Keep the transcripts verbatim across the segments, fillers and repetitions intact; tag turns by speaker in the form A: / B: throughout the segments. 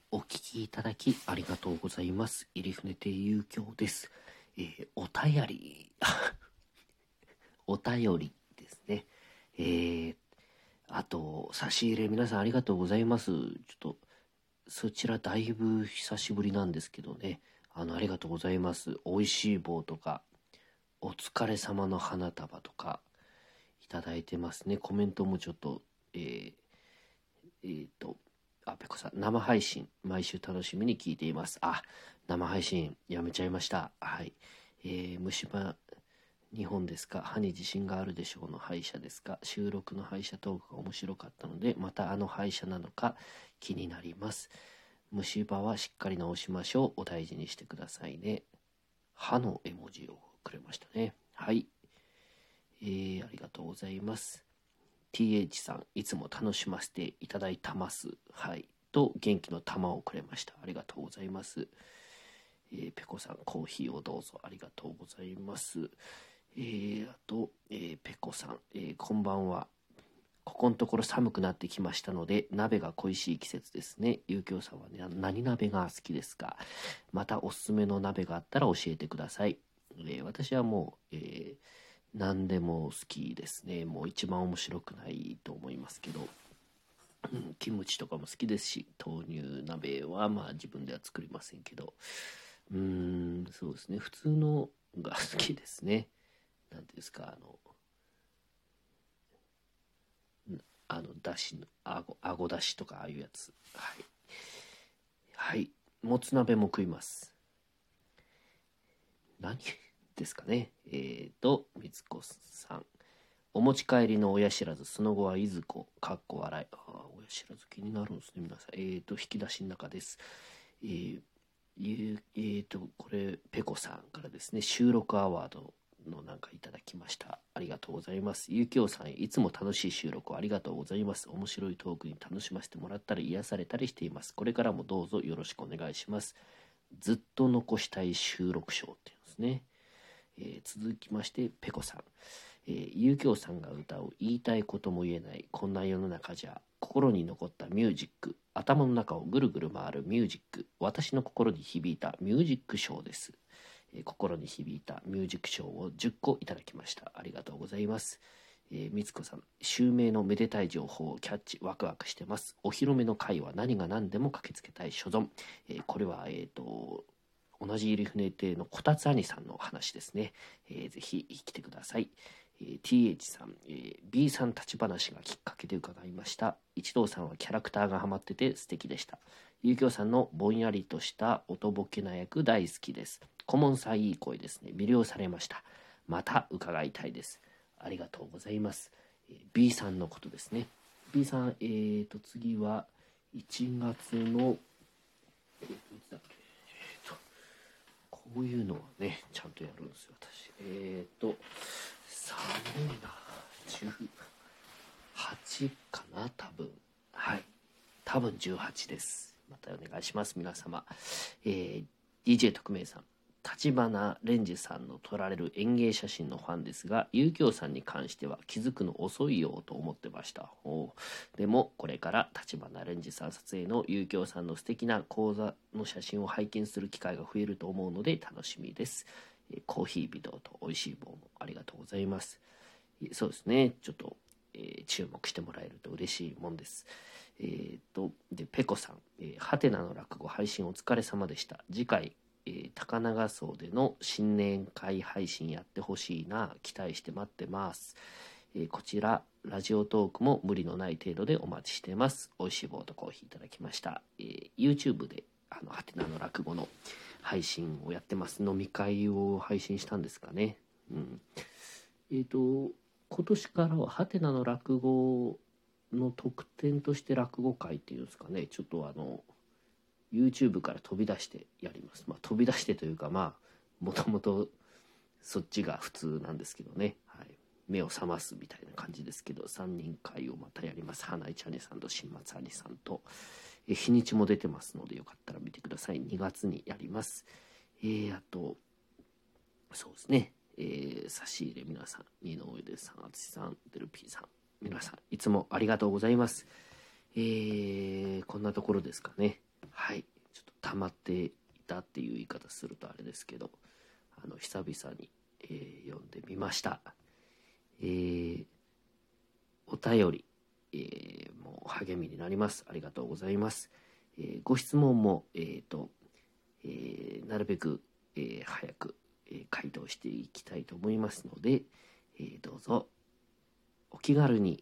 A: お聞きいただきありがとうございます。入船亭遊興です。えー、お便りお便りですね。えー、あと差し入れ皆さんありがとうございます。ちょっとそちらだいぶ久しぶりなんですけどね。あのありがとうございます。おいしい棒とかお疲れ様の花束とかいただいてますね。コメントもちょっとえー、えー、とあ、ペコさん、生配信、毎週楽しみに聞いています。あ、生配信、やめちゃいました。はい。えー、虫歯、日本ですか？歯に自信があるでしょうの歯医者ですか？収録の歯医者トークが面白かったので、またあの歯医者なのか気になります。虫歯はしっかり治しましょう。お大事にしてくださいね。歯の絵文字をくれましたね。はい。えー、ありがとうございます。ティーエイチ さん、いつも楽しませていただいたます。はい。と、元気の玉をくれました。ありがとうございます。えー、ペコさん、コーヒーをどうぞ。ありがとうございます。えー、あと、えー、ペコさん、えー、こんばんは。ここのところ寒くなってきましたので、鍋が恋しい季節ですね。ゆうきょうさんは、ね、何鍋が好きですか？またおすすめの鍋があったら教えてください。えー、私はもう、えー何でも好きですね。もう一番面白くないと思いますけど、うん、キムチとかも好きですし、豆乳鍋はまあ自分では作りませんけど、うーん、そうですね。普通のが好きですね。なんていうんですか、あの、あの、だしの、あご、あごだしとかああいうやつ。はい。はい。もつ鍋も食います。何ですかね。えーと、みつこさん。お持ち帰りの親知らず、その後はいずこ、かっこ笑い。ああ、親知らず気になるんですね、皆さん。えーと、引き出しの中です。えー、えーと、これ、ペコさんからですね、収録アワードのなんかいただきました。ありがとうございます。ゆきおさん、いつも楽しい収録をありがとうございます。面白いトークに楽しませてもらったり、癒されたりしています。これからもどうぞよろしくお願いします。ずっと残したい収録賞っていうんですね。えー、続きまして、ペコさん。えー、ゆうきょうさんが歌う言いたいことも言えないこんな世の中じゃ、心に残ったミュージック、頭の中をぐるぐる回るミュージック、私の心に響いたミュージックショーです。えー、心に響いたミュージックショーをじゅっこいただきました。ありがとうございます。えー、みつこさん、襲名のめでたい情報をキャッチ、ワクワクしてます。お披露目の会は何が何でも駆けつけたい所存。えー、これは、えっ、ー、と、同じ入船亭のこたつ兄さんの話ですね。えー、ぜひ来てください。えー、ティーエイチ さん、えー、B さん立ち話がきっかけで伺いました。一郎さんはキャラクターがハマってて素敵でした。ゆうきょうさんのぼんやりとしたおとぼけな役大好きです。顧問さんいい声ですね。魅了されました。また伺いたいです。ありがとうございます。えー、B さんのことですね。B さん、えーと、次はいちがつの、えー、いつだっけ、えーと、こういうのはね、ちゃんとやるんですよ、私。えーと、寒いな。じゅうはちかな、多分。はい。多分じゅうはちです。またお願いします、皆様。えー、ディージェー 特命さん。立花蓮司さんの撮られる演芸写真のファンですが、遊興さんに関しては気づくの遅いよと思ってました。おでも、これから立花蓮司さん撮影の遊興さんの素敵な講座の写真を拝見する機会が増えると思うので楽しみです。えー、コーヒービドウと美味しい棒もありがとうございます。そうですね、ちょっと、えー、注目してもらえると嬉しいもんです。えー、とでペコさん、えー、ハテナの落語配信お疲れ様でした。次回、えー、高輪荘での新年会配信やってほしいな、期待して待ってます。えー、こちらラジオトークも無理のない程度でお待ちしてます。おいしい棒とコーヒーいただきました。えー、YouTube であのハテナの落語の配信をやってます。飲み会を配信したんですかね。うん、えっ、と今年からはハテナの落語の特典として落語会っていうんですかね、ちょっとあの YouTube から飛び出してやります。まあ飛び出してというか、まあもともとそっちが普通なんですけどね、はい、目を覚ますみたいな感じですけど、さんにん会をまたやります。花井ちゃねさんと新松兄さんと。え日にちも出てますのでよかったら見てください。にがつにやります。えー、あとそうですね、えー、差し入れ皆さん、二の腕さん、あつしさん、デルピーさん、皆さんいつもありがとうございます。えー、こんなところですかね。 はい、ちょっと溜まっていたっていう言い方するとあれですけど、あの久々に、えー読んでみました。えーお便り、えーもう励みになります。ありがとうございます。えーご質問も、えーとえーなるべく、えー早く、えー回答していきたいと思いますので、えーどうぞお気軽に、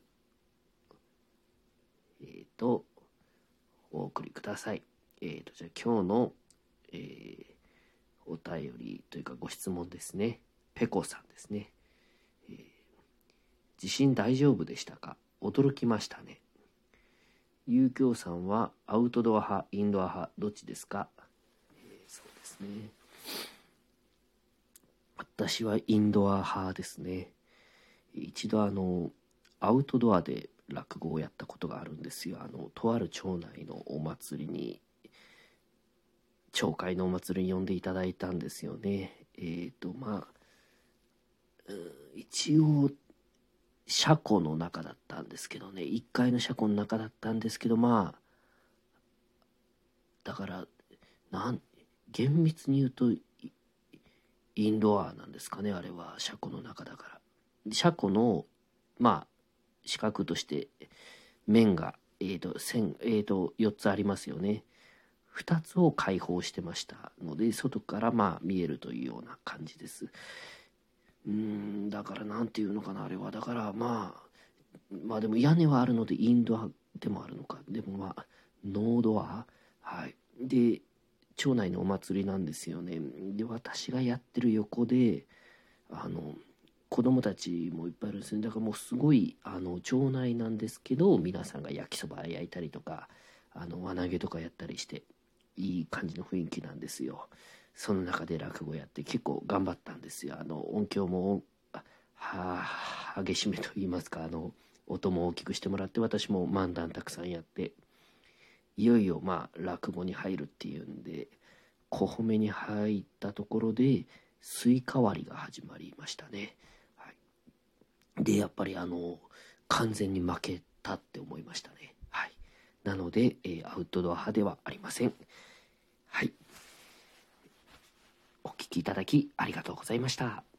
A: えーとお送りください。えーとじゃあ今日の、えーお便りというかご質問ですね。ペコさんですね。えー地震大丈夫でしたか？驚きましたね。ゆうきょうさんはアウトドア派、インドア派、どっちですか？えーそうですね。私はインドア派ですね。一度あのアウトドアで落語をやったことがあるんですよ。あのとある町内のお祭りに、町会のお祭りに呼んでいただいたんですよね。えっ、ー、とまあ、うん、一応車庫の中だったんですけどね、いっかいの車庫の中だったんですけど、まあだからなん厳密に言うとインドアなんですかね、あれは車庫の中だから。車庫のまあ四角として面が、えーと線、えーとよっつありますよね。ふたつを開放してましたので、外からまあ見えるというような感じです。うーんだからなんていうのかな、あれはだからまあまあでも屋根はあるのでインドアでもあるのか。でもまあノードア、はいで町内のお祭りなんですよね。で私がやってる横であの子供たちもいっぱいいるんですね。だからもうすごいあの町内なんですけど、皆さんが焼きそば焼いたりとかあの輪投げとかやったりしていい感じの雰囲気なんですよ。その中で落語やって結構頑張ったんですよ。あの音響もはあ激しめと言いますか、あの音も大きくしてもらって、私も漫談たくさんやって、いよいよまあ落語に入るっていうんで小褒めに入ったところでスイカ割りが始まりましたね。はい、でやっぱりあの完全に負けたって思いましたね。はい、なので、えーアウトドア派ではありません。はい、お聞きいただきありがとうございました。